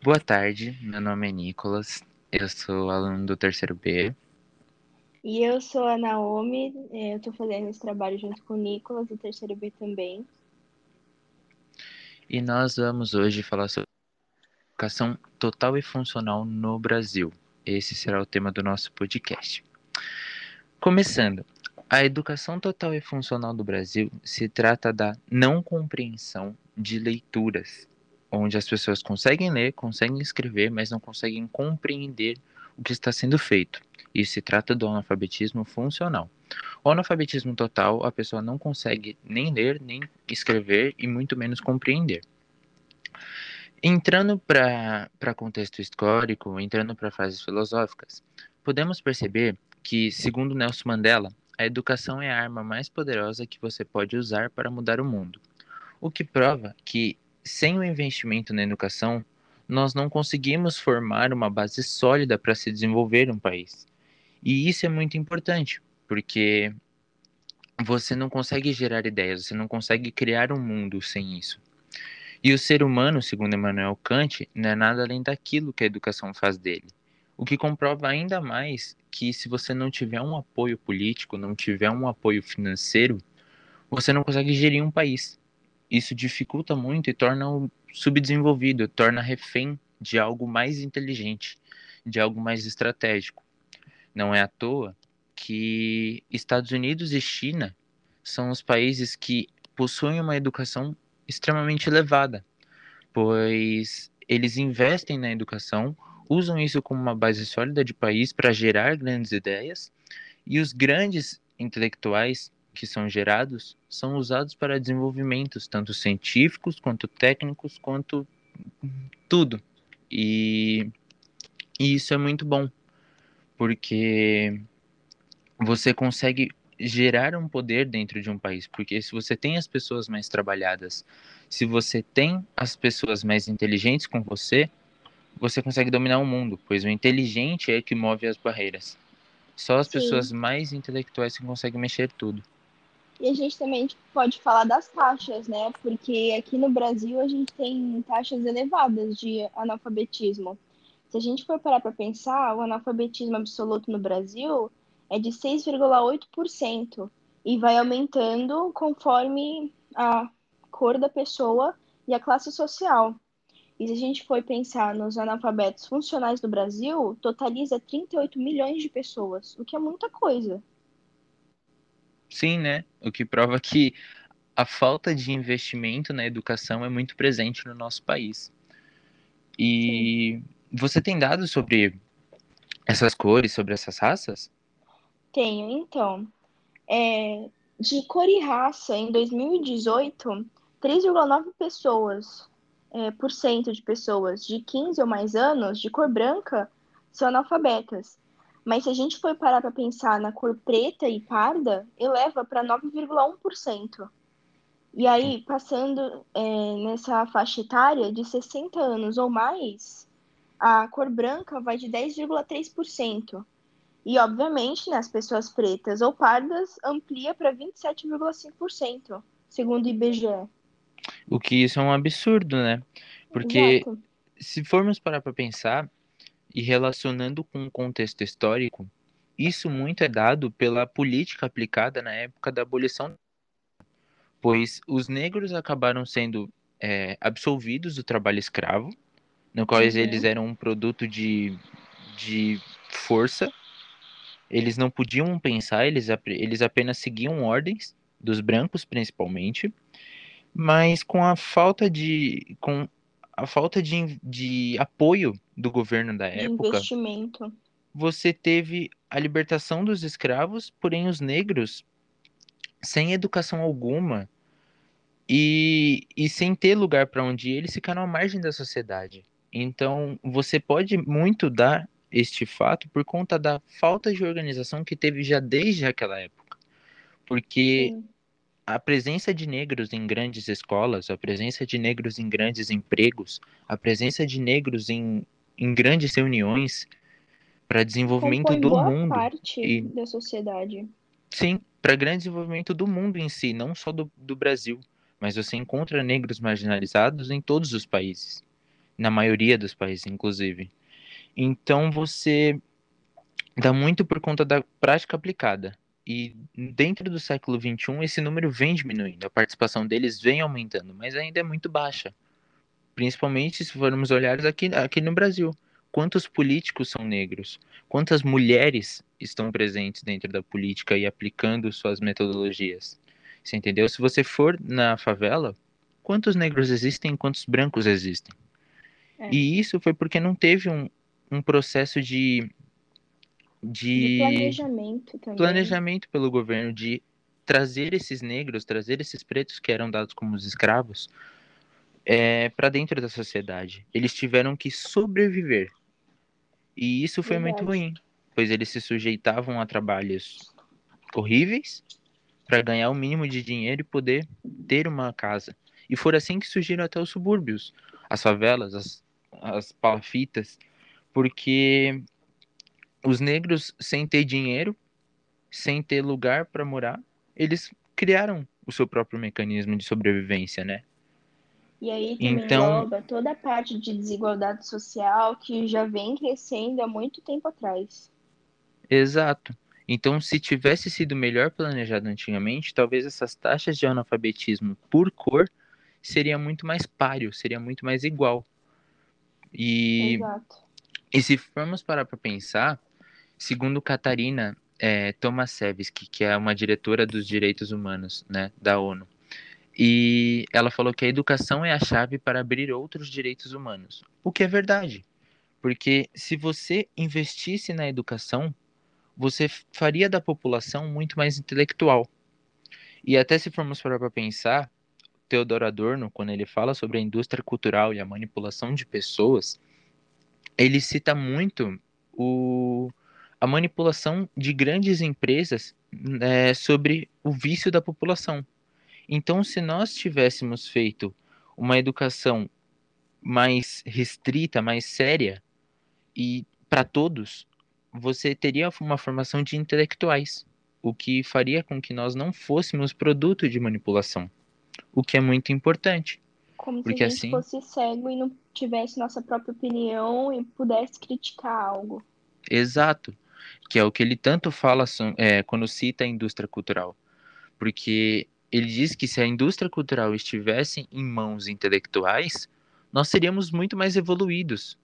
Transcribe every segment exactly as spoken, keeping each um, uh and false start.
Boa tarde, meu nome é Nicolas, eu sou aluno do terceiro B E eu sou a Naomi, eh, eu estou fazendo esse trabalho junto com o Nicolas, do terceiro B também. e nós vamos hoje falar sobre educação total e funcional no Brasil. Esse será o tema do nosso podcast. Começando, a educação total e funcional do Brasil se trata da não compreensão de leituras, onde as pessoas conseguem ler, conseguem escrever, mas não conseguem compreender o que está sendo feito. Isso se trata do analfabetismo funcional. O analfabetismo total, a pessoa não consegue nem ler, nem escrever e muito menos compreender. Entrando para contexto histórico, entrando para fases filosóficas, podemos perceber que, segundo Nelson Mandela, a educação é a arma mais poderosa que você pode usar para mudar o mundo. O que prova que, sem o investimento na educação, nós não conseguimos formar uma base sólida para se desenvolver um país. E isso é muito importante, porque você não consegue gerar ideias, você não consegue criar um mundo sem isso. E o ser humano, segundo Immanuel Kant, não é nada além daquilo que a educação faz dele. O que comprova ainda mais que se você não tiver um apoio político, não tiver um apoio financeiro, você não consegue gerir um país. Isso dificulta muito e torna-o subdesenvolvido, torna refém de algo mais inteligente, de algo mais estratégico. Não é à toa que Estados Unidos e China são os países que possuem uma educação extremamente elevada, pois eles investem na educação, usam isso como uma base sólida de país para gerar grandes ideias, e os grandes intelectuais que são gerados são usados para desenvolvimentos, tanto científicos, quanto técnicos, quanto tudo. E, e isso é muito bom, porque você consegue gerar um poder dentro de um país, porque se você tem as pessoas mais trabalhadas, se você tem as pessoas mais inteligentes com você, você consegue dominar o mundo, pois o inteligente é que move as barreiras. Só as pessoas Sim, mais intelectuais que conseguem mexer tudo. e a gente também tipo, pode falar das taxas, né? Porque aqui no Brasil a gente tem taxas elevadas de analfabetismo. Se a gente for parar para pensar, o analfabetismo absoluto no Brasil é de seis vírgula oito por cento e vai aumentando conforme a cor da pessoa e a classe social. E se a gente for pensar nos analfabetos funcionais do Brasil, totaliza trinta e oito milhões de pessoas, o que é muita coisa. Sim, né? O que prova que a falta de investimento na educação é muito presente no nosso país. Sim. E você tem dados sobre essas cores, sobre essas raças? Tenho, então, é, de cor e raça, em dois mil e dezoito, três vírgula nove pessoas, é, por cento de pessoas de quinze ou mais anos de cor branca são analfabetas. Mas se a gente for parar para pensar na cor preta e parda, eleva para nove vírgula um por cento. E aí, passando é, nessa faixa etária de sessenta anos ou mais, a cor branca vai de dez vírgula três por cento. E, obviamente, nas pessoas pretas ou pardas, amplia para vinte e sete vírgula cinco por cento, segundo o I B G E. O que isso é um absurdo, né? Porque Exato. se formos parar para pensar e relacionando com o contexto histórico, isso muito é dado pela política aplicada na época da abolição, pois os negros acabaram sendo é, absolvidos do trabalho escravo, no qual eles Uhum. eram um produto de, de força, eles não podiam pensar, eles, eles apenas seguiam ordens, dos brancos principalmente, mas com a falta de, com a falta de, de apoio do governo da De época, investimento. você teve a libertação dos escravos, porém os negros, sem educação alguma e, e sem ter lugar para onde ir, eles ficaram à margem da sociedade. Então, você pode muito dar este fato por conta da falta de organização que teve já desde aquela época. Porque Sim. a presença de negros em grandes escolas, a presença de negros em grandes empregos, a presença de negros em, em grandes reuniões para desenvolvimento Compõe do boa mundo parte e da sociedade. sim, para grande desenvolvimento do mundo em si, não só do, do Brasil, mas você encontra negros marginalizados em todos os países. na maioria dos países, inclusive. Então, você dá muito por conta da prática aplicada. E dentro do século vinte e um, esse número vem diminuindo, a participação deles vem aumentando, mas ainda é muito baixa. Principalmente se formos olhar aqui, aqui no Brasil. Quantos políticos são negros? Quantas mulheres estão presentes dentro da política e aplicando suas metodologias? Você entendeu? Se você for na favela, quantos negros existem e quantos brancos existem? É. E isso foi porque não teve um, um processo de, De de planejamento também. planejamento pelo governo de trazer esses negros, trazer esses pretos que eram dados como os escravos, é, para dentro da sociedade. Eles tiveram que sobreviver. E isso foi muito Verdade. ruim, pois eles se sujeitavam a trabalhos horríveis para ganhar o mínimo de dinheiro e poder ter uma casa. E foi assim que surgiram até os subúrbios, as favelas, as, as palafitas, porque os negros, sem ter dinheiro, sem ter lugar para morar, eles criaram o seu próprio mecanismo de sobrevivência, né? E aí também Então, engloba toda a parte de desigualdade social que já vem crescendo há muito tempo atrás. exato. Então, se tivesse sido melhor planejado antigamente, talvez essas taxas de analfabetismo por cor seria muito mais páreo, seria muito mais igual. E, Exato. e se formos parar para pensar, segundo Catarina é, Tomaszewski, que é uma diretora dos direitos humanos, né, da ONU, e ela falou que a educação é a chave para abrir outros direitos humanos. O que é verdade, porque se você investisse na educação, você faria da população muito mais intelectual. E até se formos parar para pensar, Theodor Adorno, quando ele fala sobre a indústria cultural e a manipulação de pessoas, ele cita muito o, a manipulação de grandes empresas é, sobre o vício da população. Então, se nós tivéssemos feito uma educação mais restrita, mais séria e para todos, você teria uma formação de intelectuais, o que faria com que nós não fôssemos produto de manipulação, o que é muito importante, Como se a porque gente assim, fosse cego e não tivesse nossa própria opinião e pudesse criticar algo. exato, que é o que ele tanto fala é, quando cita a indústria cultural, porque ele diz que se a indústria cultural estivesse em mãos intelectuais, nós seríamos muito mais evoluídos.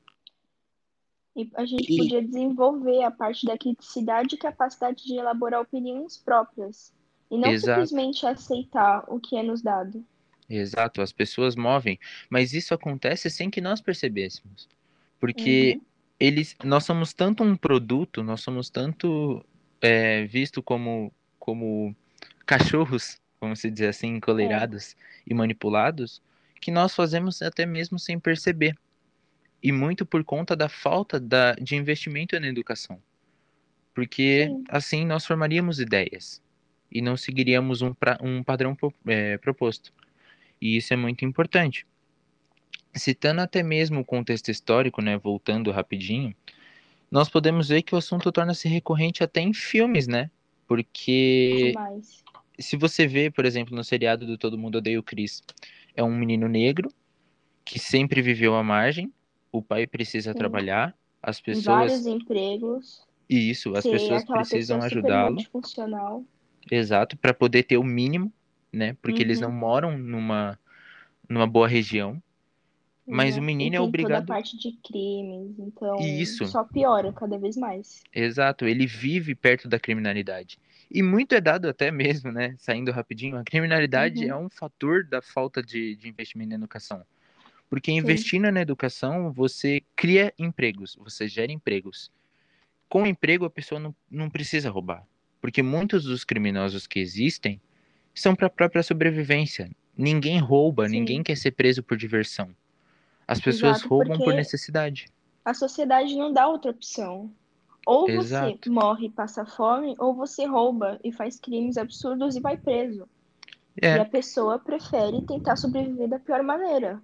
E a gente E, podia desenvolver a parte da criticidade e capacidade de elaborar opiniões próprias. E não exato, simplesmente aceitar o que é nos dado. exato, as pessoas movem, mas isso acontece sem que nós percebêssemos, porque Uhum. eles, nós somos tanto um produto, nós somos tanto é, visto como, como cachorros, vamos se dizer assim, É, encoleirados e manipulados, que nós fazemos até mesmo sem perceber. E muito por conta da falta da, de investimento na educação. Porque sim. assim nós formaríamos ideias e não seguiríamos um, pra, um padrão é, proposto. E isso é muito importante. Citando até mesmo o contexto histórico, né, voltando rapidinho, nós podemos ver que o assunto torna-se recorrente até em filmes, né? Porque Demais. se você vê, por exemplo, no seriado do Todo Mundo Odeia o Chris, é um menino negro que sempre viveu à margem, o pai precisa Sim. trabalhar, as Em vários pessoas, empregos. e isso, as Ser pessoas aquela pessoa precisam super ajudá-lo, multifuncional. exato, para poder ter o mínimo, né? Porque eles não Uhum. moram numa, numa boa região, mas o Exato. E menino é tem toda a obrigado, parte de crimes, e então isso, só piora cada vez mais. exato, ele vive perto da criminalidade. E muito é dado até mesmo, né? Saindo rapidinho, a criminalidade é Uhum. um fator da falta de, de investimento na educação. Porque Sim, investindo na educação, você cria empregos, você gera empregos. Com emprego, a pessoa não, não precisa roubar. Porque muitos dos criminosos que existem são para a própria sobrevivência. Ninguém rouba, ninguém sim. quer ser preso por diversão. As pessoas Exato, roubam por porque necessidade. a sociedade não dá outra opção. Ou você Exato. morre e passa fome, ou você rouba e faz crimes absurdos e vai preso. E É, a pessoa prefere tentar sobreviver da pior maneira.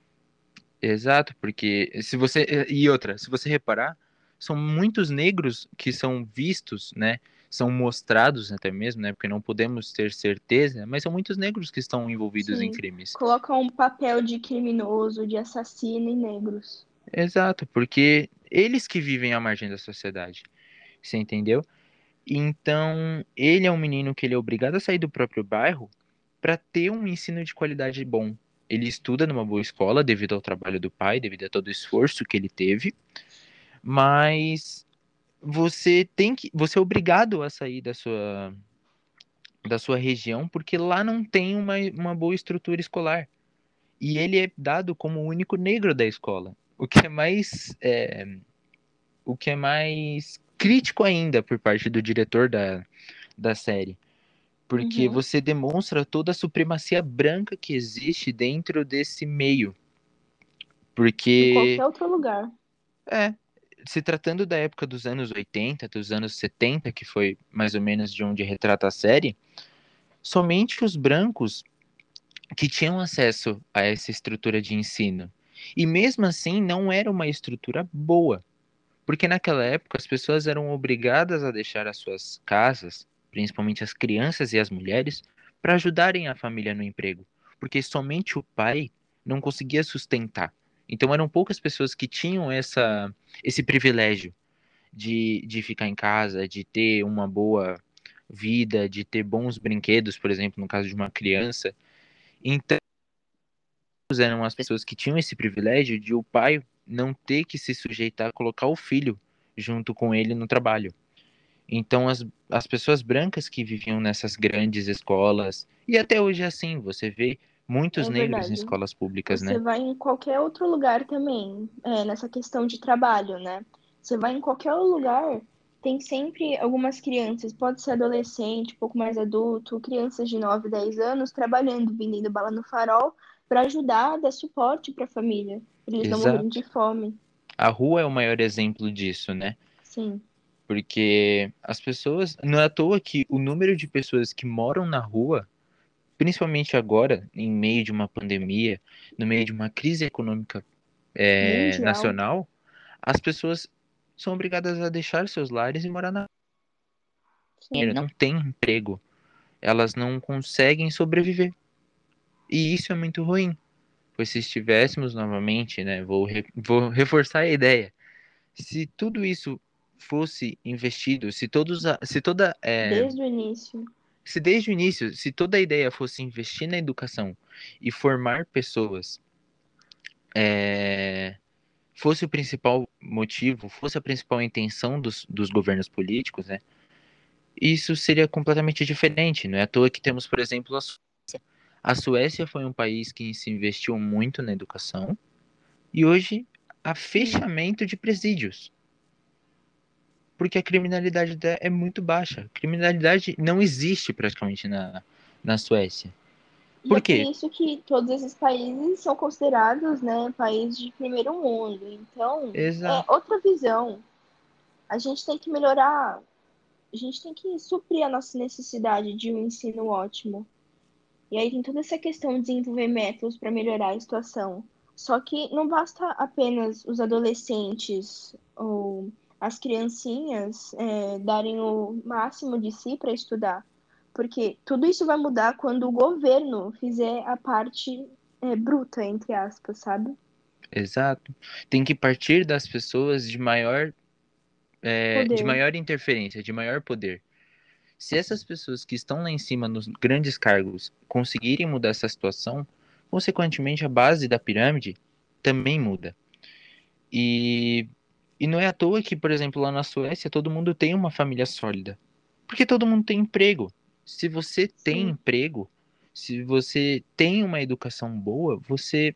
exato, porque se você e outra, se você reparar, são muitos negros que são vistos, né, são mostrados até mesmo, né? Porque não podemos ter certeza, mas são muitos negros que estão envolvidos em Sim. crimes. Coloca um papel de criminoso, de assassino em negros. Exato, porque eles que vivem à margem da sociedade, você entendeu? Então, ele é um menino que ele é obrigado a sair do próprio bairro para ter um ensino de qualidade bom. Ele estuda numa boa escola devido ao trabalho do pai, devido a todo o esforço que ele teve, mas você tem que, você é obrigado a sair da sua da sua região porque lá não tem uma, uma boa estrutura escolar. E ele é dado como o único negro da escola, o que é mais é, o que é mais crítico ainda por parte do diretor da, da série. Porque Uhum. você demonstra toda a supremacia branca que existe dentro desse meio. Em Porque, qualquer outro lugar. é, se tratando da época dos anos oitenta, dos anos setenta, que foi mais ou menos de onde retrata a série, somente os brancos que tinham acesso a essa estrutura de ensino. E mesmo assim, não era uma estrutura boa. Porque naquela época as pessoas eram obrigadas a deixar as suas casas, principalmente as crianças e as mulheres, para ajudarem a família no emprego. Porque somente o pai não conseguia sustentar. Então eram poucas pessoas que tinham essa, esse privilégio de, de ficar em casa, de ter uma boa vida, de ter bons brinquedos, por exemplo, no caso de uma criança. Então eram as pessoas que tinham esse privilégio de o pai não ter que se sujeitar a colocar o filho junto com ele no trabalho. Então, as, as pessoas brancas que viviam nessas grandes escolas, e até hoje é assim, você vê muitos É negros em verdade. escolas públicas, Você né? vai em qualquer outro lugar também, é, nessa questão de trabalho, né? Você vai em qualquer lugar, tem sempre algumas crianças, pode ser adolescente, um pouco mais adulto, crianças de nove, dez anos, trabalhando, vendendo bala no farol, para ajudar, dar suporte para a família, para eles não morrerem Exato. de fome. A rua é o maior exemplo disso, né? Sim, Porque as pessoas, não é à toa que o número de pessoas que moram na rua, principalmente agora, em meio de uma pandemia, no meio de uma crise econômica é, mundial. nacional, as pessoas são obrigadas a deixar seus lares e morar na rua. Sim, Não tem emprego, elas não conseguem sobreviver. E isso é muito ruim, pois se estivéssemos novamente, né, vou, re- vou reforçar a ideia, se tudo isso fosse investido, se todos, a- se toda, é, desde o início. se desde o início, se toda a ideia fosse investir na educação e formar pessoas, é, fosse o principal motivo, fosse a principal intenção dos, dos governos políticos, né, isso seria completamente diferente. Não é à toa que temos, por exemplo, a Suécia. A Suécia foi um país que se investiu muito na educação e hoje há Sim. fechamento de presídios, porque a criminalidade é muito baixa. A criminalidade não existe praticamente na, na Suécia. E é Por por quê? isso que todos esses países são considerados, né, países de primeiro mundo. Então, é Exato, outra visão. A gente tem que melhorar, a gente tem que suprir a nossa necessidade de um ensino ótimo. E aí tem toda essa questão de desenvolver métodos para melhorar a situação. Só que não basta apenas os adolescentes ou as criancinhas é, darem o máximo de si para estudar, porque tudo isso vai mudar quando o governo fizer a parte é, bruta, entre aspas, sabe? exato. Tem que partir das pessoas de maior, é, de Poder. maior interferência, de maior poder. Se essas pessoas que estão lá em cima nos grandes cargos conseguirem mudar essa situação, consequentemente a base da pirâmide também muda. E, e não é à toa que, por exemplo, lá na Suécia todo mundo tem uma família sólida, porque todo mundo tem emprego. Se você tem Sim, emprego, se você tem uma educação boa, você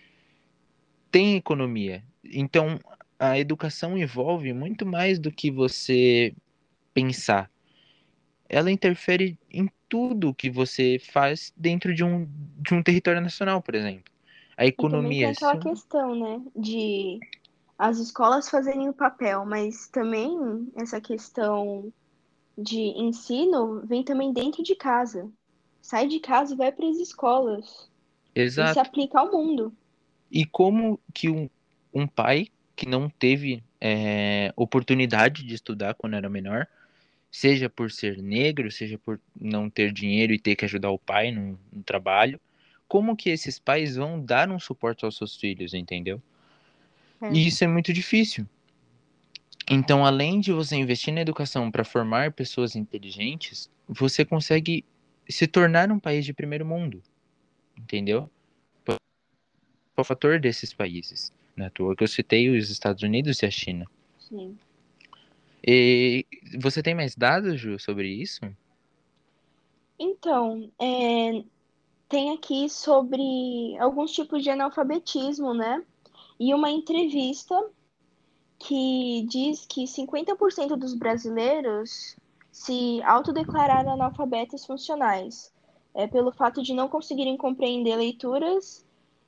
tem economia. Então, a educação envolve muito mais do que você pensar. Ela interfere em tudo que você faz dentro de um, de um território nacional, por exemplo. A e também tem economia, se aquela questão, né, de as escolas fazerem o papel, mas também essa questão de ensino vem também dentro de casa. Sai de casa e vai para as escolas e se exato. aplica ao mundo. E como que um, um pai que não teve é, oportunidade de estudar quando era menor, seja por ser negro, seja por não ter dinheiro e ter que ajudar o pai no, no trabalho, como que esses pais vão dar um suporte aos seus filhos, entendeu? É, E isso é muito difícil. Então, além de você investir na educação para formar pessoas inteligentes, você consegue se tornar um país de primeiro mundo, entendeu? Qual o fator desses países? Na toa que eu citei os Estados Unidos e a China. sim. E você tem mais dados, Ju, sobre isso? Então, é, tem aqui sobre alguns tipos de analfabetismo, né? E uma entrevista que diz que cinquenta por cento dos brasileiros se autodeclararam analfabetos funcionais, é, pelo fato de não conseguirem compreender leituras,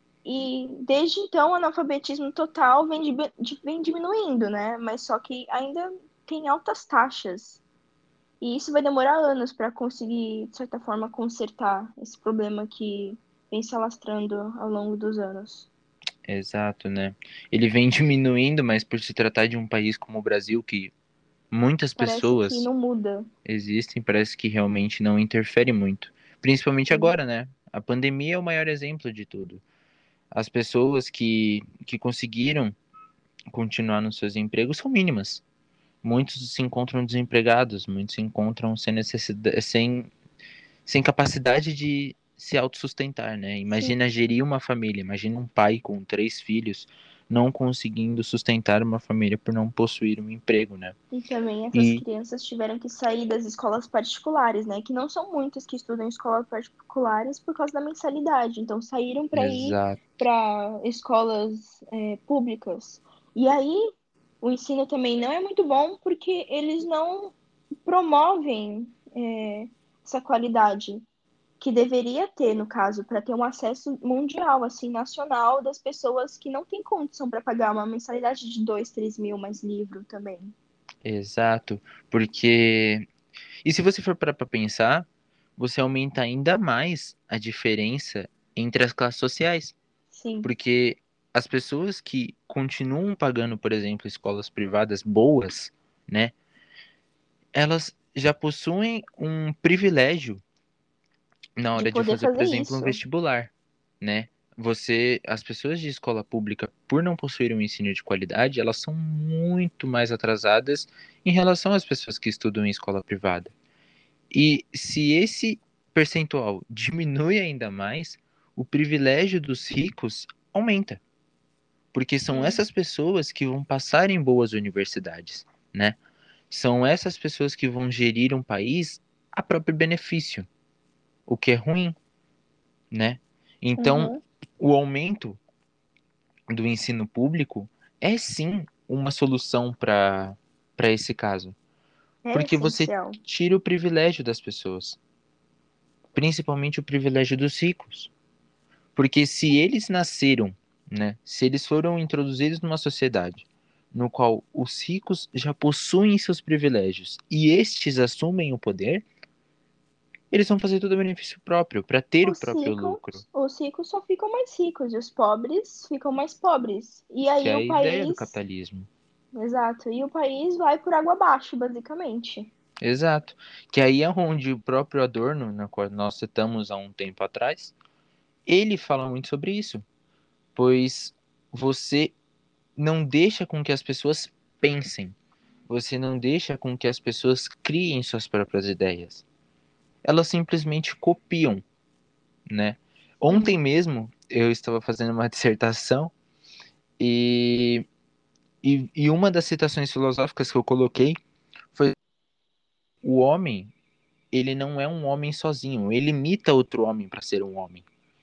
e desde então o analfabetismo total vem, di- vem diminuindo, né? Mas só que ainda tem altas taxas. E isso vai demorar anos para conseguir, de certa forma, consertar esse problema que vem se alastrando ao longo dos anos. Exato, né? Ele vem diminuindo, mas por se tratar de um país como o Brasil, que muitas Parece que pessoas não muda. existem, parece que realmente não interfere muito. Principalmente Sim. agora, né? A pandemia é o maior exemplo de tudo. As pessoas que, que conseguiram continuar nos seus empregos são mínimas. Muitos se encontram desempregados, muitos se encontram sem necessidade, sem, sem capacidade de se autossustentar, né? Sim. Imagina gerir uma família, imagina um pai com três filhos não conseguindo sustentar uma família por não possuir um emprego, né? E também essas E, crianças tiveram que sair das escolas particulares, né? Que não são muitas que estudam em escolas particulares por causa da mensalidade. Então saíram para ir exato, para escolas é, públicas. E aí o ensino também não é muito bom porque eles não promovem é, essa qualidade que deveria ter, no caso, para ter um acesso mundial, assim, nacional, das pessoas que não têm condição para pagar uma mensalidade de dois, três mil mais livro também. exato, porque e se você for parar para pensar, você aumenta ainda mais a diferença entre as classes sociais, Sim. porque as pessoas que continuam pagando, por exemplo, escolas privadas boas, né, elas já possuem um privilégio na De hora de poder fazer, por fazer exemplo, um isso. vestibular, né? Você, as pessoas de escola pública, por não possuírem um ensino de qualidade, elas são muito mais atrasadas em relação às pessoas que estudam em escola privada. E se esse percentual diminui ainda mais, o privilégio dos ricos aumenta, porque são Sim. essas pessoas que vão passar em boas universidades, né? São essas pessoas que vão gerir um país a próprio benefício, o que é ruim, né? Então, Uhum. o aumento do ensino público é sim uma solução para para esse caso, É porque você essencial. tira o privilégio das pessoas, principalmente o privilégio dos ricos. Porque se eles nasceram, né, se eles foram introduzidos numa sociedade no qual os ricos já possuem seus privilégios e estes assumem o poder, eles vão fazer tudo a benefício próprio, para ter o Os próprio lucro, ricos, os ricos só ficam mais ricos e os pobres ficam mais pobres. E que é aí a o ideia do país, capitalismo. exato, e o país vai por água abaixo, basicamente. Exato. Que aí é onde o próprio Adorno, na qual nós citamos há um tempo atrás, ele fala muito sobre isso, pois você não deixa com que as pessoas pensem, você não deixa com que as pessoas criem suas próprias ideias. Elas simplesmente copiam, né? Ontem Sim. mesmo eu estava fazendo uma dissertação e, e, e uma das citações filosóficas que eu coloquei foi: o homem, ele não é um homem sozinho, ele imita outro homem para ser um homem.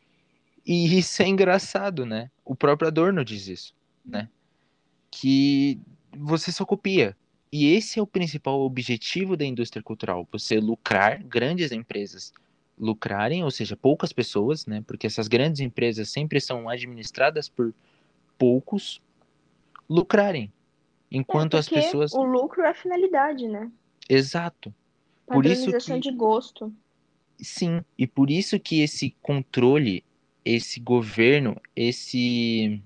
E isso é engraçado, né? O próprio Adorno diz isso, né? Que você só copia. E esse é o principal objetivo da indústria cultural: você lucrar, grandes empresas lucrarem, ou seja, poucas pessoas, né? Porque essas grandes empresas sempre são administradas por poucos, lucrarem, É, enquanto as porque pessoas. o lucro é a finalidade, né? Exato. Por isso Padronização que, de gosto. sim, e por isso que esse controle, esse governo, esse,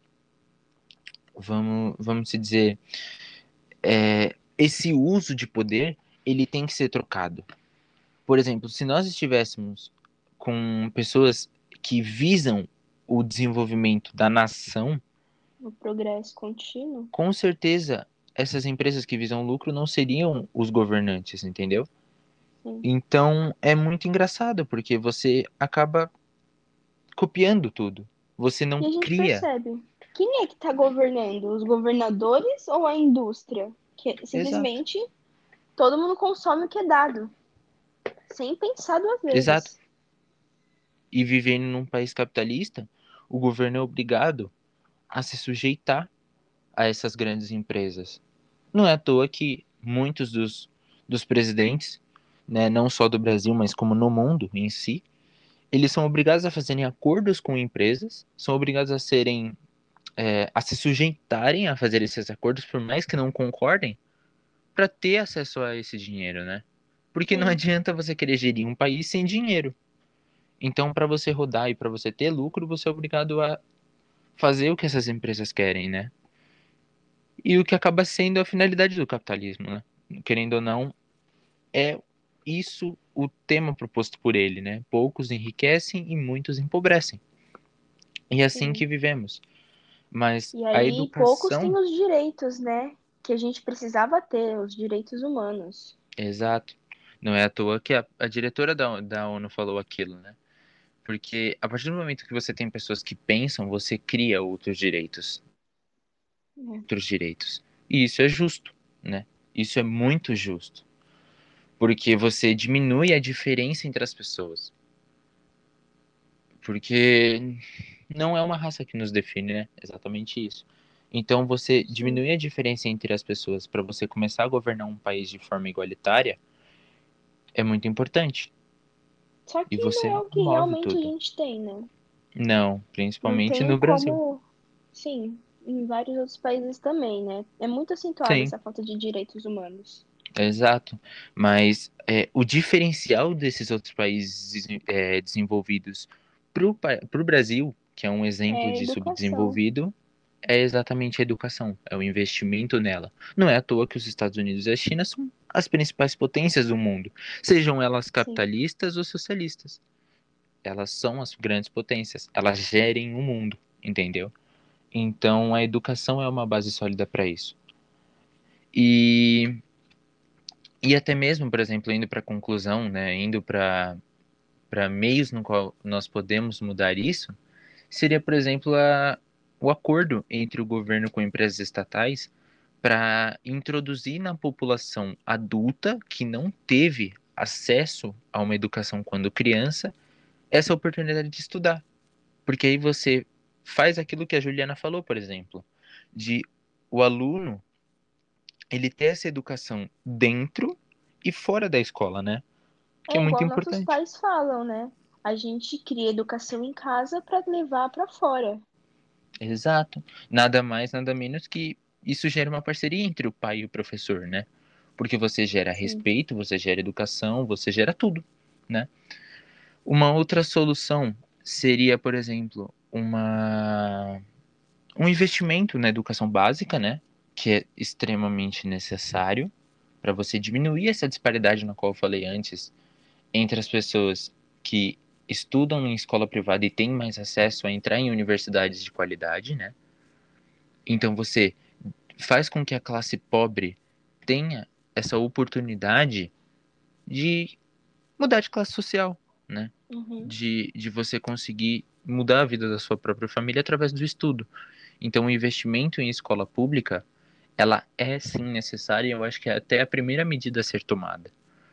vamos, vamos se dizer, é, esse uso de poder, ele tem que ser trocado. Por exemplo, se nós estivéssemos com pessoas que visam o desenvolvimento da nação, O progresso contínuo. com certeza essas empresas que visam lucro não seriam os governantes, entendeu? Sim. Então é muito engraçado, porque você acaba copiando tudo. Você E não a gente cria. percebe, quem é que está governando? Os governadores ou a indústria? Que Exato, simplesmente todo mundo consome o que é dado, sem pensar duas exato. vezes. E vivendo num país capitalista, o governo é obrigado a se sujeitar a essas grandes empresas. Não é à toa que muitos dos, dos presidentes, né, não só do Brasil, mas como no mundo em si, eles são obrigados a fazerem acordos com empresas, são obrigados a serem, é, a se sujeitarem a fazer esses acordos, por mais que não concordem, para ter acesso a esse dinheiro, né? Porque não Sim. adianta você querer gerir um país sem dinheiro. Então, para você rodar e para você ter lucro, você é obrigado a fazer o que essas empresas querem, né? E o que acaba sendo a finalidade do capitalismo, né? Querendo ou não, é isso o tema proposto por ele, né? Poucos enriquecem e muitos empobrecem. E é assim Sim. que vivemos. Mas E a aí poucos têm educação, os direitos, né? Que a gente precisava ter, os direitos humanos. exato, não é à toa que a, a diretora da, da ONU falou aquilo, né? Porque a partir do momento que você tem pessoas que pensam, você cria outros direitos, É. outros direitos. E isso é justo, né? Isso é muito justo, porque você diminui a diferença entre as pessoas. Porque não é uma raça que nos define, né? Exatamente isso. Então, você Sim. diminuir a diferença entre as pessoas para você começar a governar um país de forma igualitária é muito importante. Só E que não é você o que move realmente a tudo. gente tem, né? Não, Não principalmente tem no Brasil. como. Sim, em vários outros países também, né? É muito acentuada Sim, essa falta de direitos humanos. exato. Mas é, o diferencial desses outros países é, desenvolvidos para o Brasil, que é um exemplo É de educação. subdesenvolvido, é exatamente a educação, é o investimento nela. Não é à toa que os Estados Unidos e a China são as principais potências do mundo, sejam elas Sim, capitalistas ou socialistas. Elas são as grandes potências, elas gerem o mundo, entendeu? Então a educação é uma base sólida para isso. E, e até mesmo, por exemplo, indo para a conclusão, né, indo para para meios no qual nós podemos mudar isso, seria, por exemplo, a, o acordo entre o governo com empresas estatais para introduzir na população adulta que não teve acesso a uma educação quando criança, essa oportunidade de estudar. Porque aí você faz aquilo que a Juliana falou, por exemplo, de o aluno ele ter essa educação dentro e fora da escola, né? Que é é muito igual nossos importante. pais falam, né? A gente cria educação em casa para levar para fora. Exato. Nada mais, nada menos que isso gera uma parceria entre o pai e o professor, né? Porque você gera Sim, respeito, você gera educação, você gera tudo, né? Uma outra solução seria, por exemplo, uma um investimento na educação básica, né? Que é extremamente necessário para você diminuir essa disparidade na qual eu falei antes entre as pessoas que estudam em escola privada e têm mais acesso a entrar em universidades de qualidade, né? Então você faz com que a classe pobre tenha essa oportunidade de mudar de classe social, né? uhum, De, de você conseguir mudar a vida da sua própria família através do estudo. Então, o investimento em escola pública, ela é sim necessária e eu acho que é até a primeira medida a ser tomada.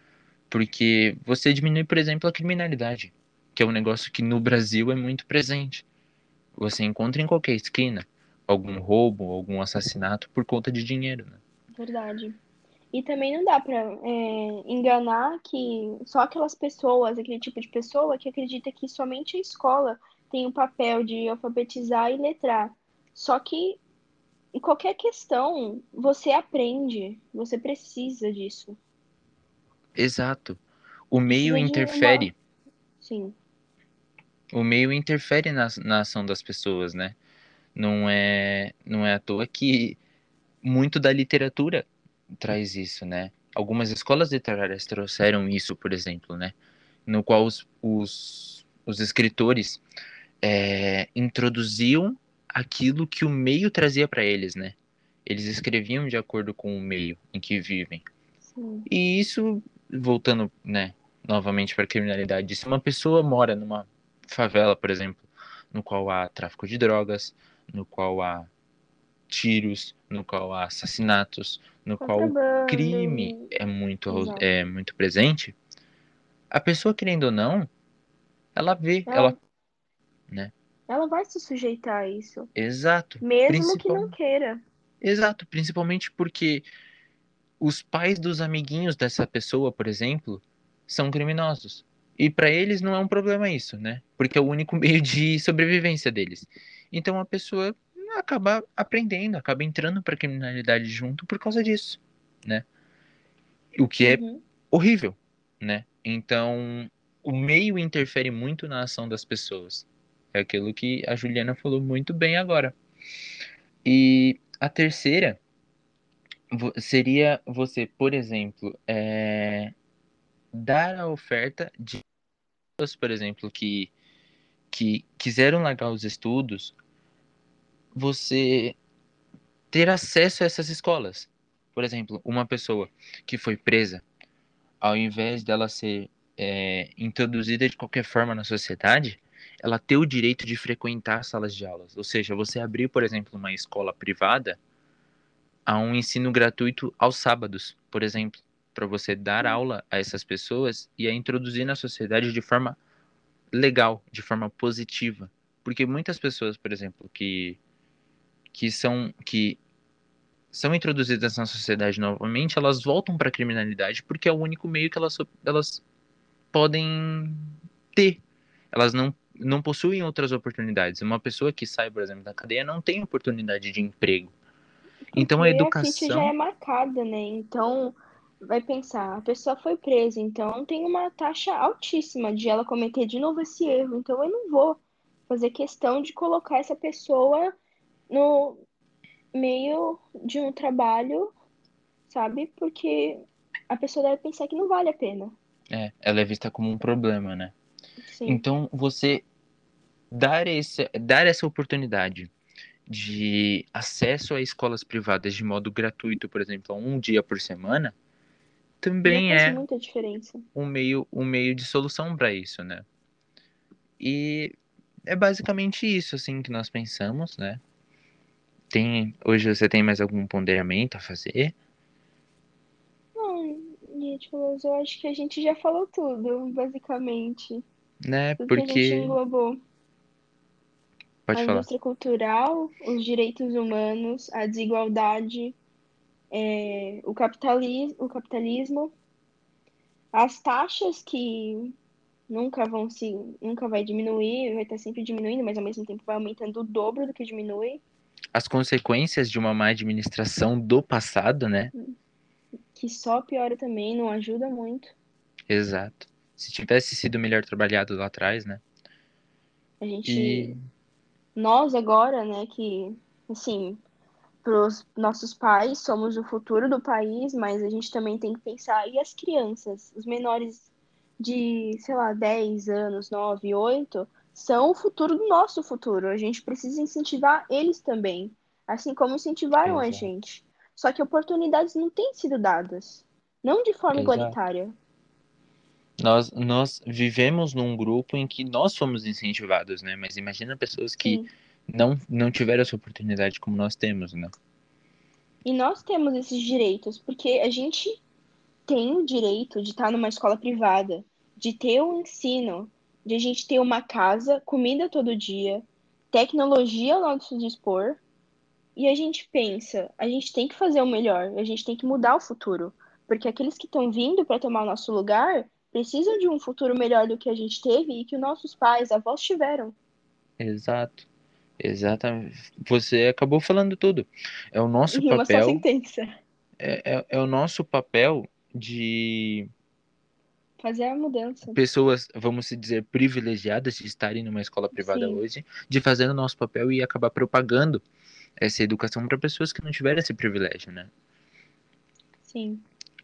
Porque você diminui, por exemplo, a criminalidade, que é um negócio que no Brasil é muito presente. Você encontra em qualquer esquina algum roubo, algum assassinato por conta de dinheiro, né? verdade. E também não dá para enganar que só aquelas pessoas, aquele tipo de pessoa que acredita que somente a escola tem o papel de alfabetizar e letrar. Só que em qualquer questão, você aprende, você precisa disso. Exato. O meio Precisa de uma. interfere, Sim, o meio interfere na, na ação das pessoas, né? Não é, não é à toa que muito da literatura traz isso, né? Algumas escolas literárias trouxeram isso, por exemplo, né? No qual os, os, os escritores é, introduziam aquilo que o meio trazia para eles, né? Eles escreviam de acordo com o meio em que vivem. Sim. E isso, voltando, né, novamente para a criminalidade, se uma pessoa mora numa favela, por exemplo, no qual há tráfico de drogas, no qual há tiros, no qual há assassinatos, no qual o crime Contrabando. é muito, Exato. é muito presente, a pessoa, querendo ou não, ela vê, ela, Ela, né? ela vai se sujeitar a isso, Exato. mesmo que Principal, não queira. exato, principalmente porque os pais dos amiguinhos dessa pessoa, por exemplo, são criminosos. E para eles não é um problema isso, né? Porque é o único meio de sobrevivência deles. Então a pessoa acaba aprendendo, acaba entrando para criminalidade junto por causa disso, né? O que é Uhum. horrível, né? Então o meio interfere muito na ação das pessoas. É aquilo que a Juliana falou muito bem agora. E a terceira vo- seria você, por exemplo, é, dar a oferta de pessoas, por exemplo, que, que quiseram largar os estudos, você ter acesso a essas escolas. Por exemplo, uma pessoa que foi presa, ao invés dela ser é, introduzida de qualquer forma na sociedade, ela ter o direito de frequentar salas de aulas. Ou seja, você abrir, por exemplo, uma escola privada a um ensino gratuito aos sábados, por exemplo, para você dar aula a essas pessoas e a introduzir na sociedade de forma legal, de forma positiva. Porque muitas pessoas, por exemplo, que, que são que são introduzidas na sociedade novamente, elas voltam para a criminalidade porque é o único meio que elas, elas podem ter. Elas não, não possuem outras oportunidades. Uma pessoa que sai, por exemplo, da cadeia não tem oportunidade de emprego. Então a Porque a ficha já educação, é marcada, né? Então, vai pensar, a pessoa foi presa, então tem uma taxa altíssima de ela cometer de novo esse erro. Então, eu não vou fazer questão de colocar essa pessoa no meio de um trabalho, sabe? Porque a pessoa deve pensar que não vale a pena. é, ela é vista como um problema, né? Sim. Então você dar, esse, dar essa oportunidade de acesso a escolas privadas de modo gratuito, por exemplo, um dia por semana, Já também faz é muita diferença. um meio, um meio de solução para isso, né? E é basicamente isso, assim, que nós pensamos, né? Tem, hoje você tem mais algum ponderamento a fazer, Não, Nicolas, eu acho que a gente já falou tudo, basicamente. né? Tudo que a gente Porque, englobou. pode A falar, indústria cultural, os direitos humanos, a desigualdade, é, o capitalismo, o capitalismo, as taxas que nunca vão se, nunca vai diminuir, vai estar sempre diminuindo, mas ao mesmo tempo vai aumentando o dobro do que diminui, as consequências de uma má administração do passado, né? que só piora também, não ajuda muito. Exato. Se tivesse sido melhor trabalhado lá atrás, né? A gente, E, nós agora, né, que assim, para os nossos pais, somos o futuro do país, mas a gente também tem que pensar, e as crianças, os menores de, sei lá, dez anos, nove oito são o futuro do nosso futuro. A gente precisa incentivar eles também, assim como incentivaram a exato, gente. Só que oportunidades não têm sido dadas, não de forma exato. igualitária. Nós, nós vivemos num grupo em que nós fomos incentivados, né? Mas imagina pessoas que Sim. não, não tiveram essa oportunidade como nós temos, né? E nós temos esses direitos, porque a gente tem o direito de estar numa escola privada, de ter o ensino, de a gente ter uma casa, comida todo dia, tecnologia ao nosso dispor, e a gente pensa, a gente tem que fazer o melhor, a gente tem que mudar o futuro, porque aqueles que estão vindo para tomar o nosso lugar precisam de um futuro melhor do que a gente teve e que os nossos pais, avós tiveram. Exato, exatamente. Você acabou falando tudo. É o nosso Em uma só papel, sentença. é, é, é o nosso papel de Fazer a mudança. pessoas, vamos se dizer, privilegiadas de estarem numa escola privada Sim, hoje, de fazer o nosso papel e acabar propagando essa educação para pessoas que não tiveram esse privilégio, né? sim.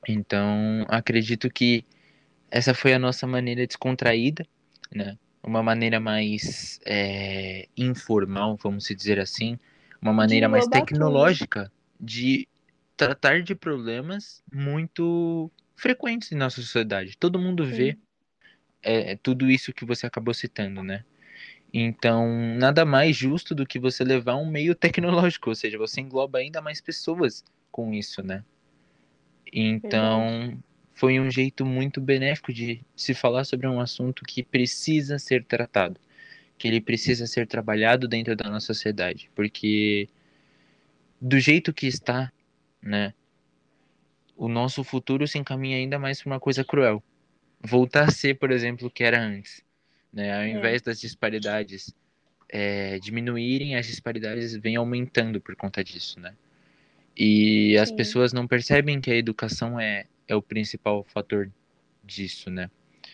Então, acredito que essa foi a nossa maneira descontraída, né? Uma maneira mais é, informal, vamos dizer assim, uma De maneira mais englobar tudo. tecnológica de tratar de problemas muito frequentes em nossa sociedade. Todo mundo vê Sim, é, tudo isso que você acabou citando, né? Então, nada mais justo do que você levar um meio tecnológico, ou seja, você engloba ainda mais pessoas com isso, né? verdade. Então, foi um jeito muito benéfico de se falar sobre um assunto que precisa ser tratado, que ele precisa ser trabalhado dentro da nossa sociedade, porque do jeito que está, né, o nosso futuro se encaminha ainda mais para uma coisa cruel. Voltar a ser, por exemplo, o que era antes, né? Ao É, invés das disparidades é, diminuírem, as disparidades vêm aumentando por conta disso, né? E as sim. pessoas não percebem que a educação é, é o principal fator disso, né?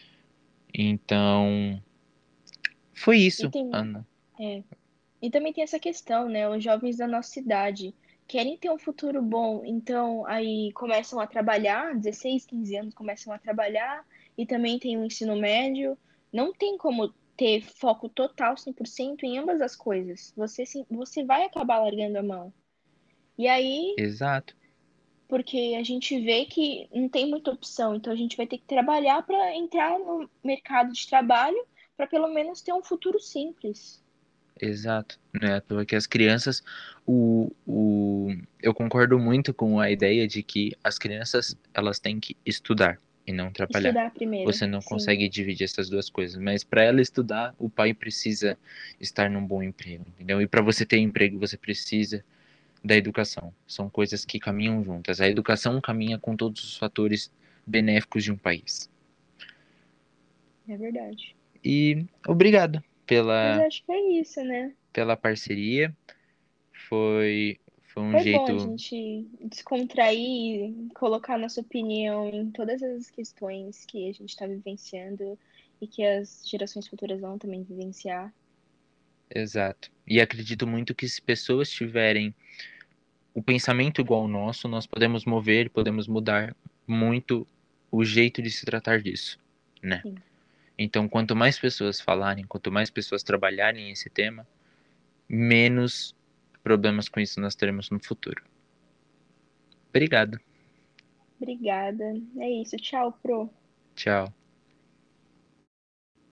Então, foi E isso, tem, Ana. é, e também tem essa questão, né? Os jovens da nossa cidade querem ter um futuro bom, então aí começam a trabalhar, dezesseis, quinze anos começam a trabalhar, e também tem o ensino médio. Não tem como ter foco total, cem por cento em ambas as coisas. Você, sim- você vai acabar largando a mão. E aí, Exato, porque a gente vê que não tem muita opção, então a gente vai ter que trabalhar para entrar no mercado de trabalho, para pelo menos ter um futuro simples. exato. Não é à toa que as crianças, o, o, eu concordo muito com a ideia de que as crianças, elas têm que estudar e não trabalhar. Estudar primeiro, Você não sim. consegue dividir essas duas coisas, mas para ela estudar, o pai precisa estar num bom emprego, entendeu? E para você ter emprego, você precisa da educação. São coisas que caminham juntas. A educação caminha com todos os fatores benéficos de um país. É verdade. E obrigado Mas pela, acho que é isso, né? pela parceria. Foi, foi um Foi bom a jeito. gente descontrair e colocar nossa opinião em todas as questões que a gente está vivenciando e que as gerações futuras vão também vivenciar. Exato. E acredito muito que se pessoas tiverem o pensamento igual ao nosso, nós podemos mover, podemos mudar muito o jeito de se tratar disso, né? Sim, Então, quanto mais pessoas falarem, quanto mais pessoas trabalharem esse tema, menos problemas com isso nós teremos no futuro. Obrigado. obrigada. É isso. Tchau, Pro. Tchau.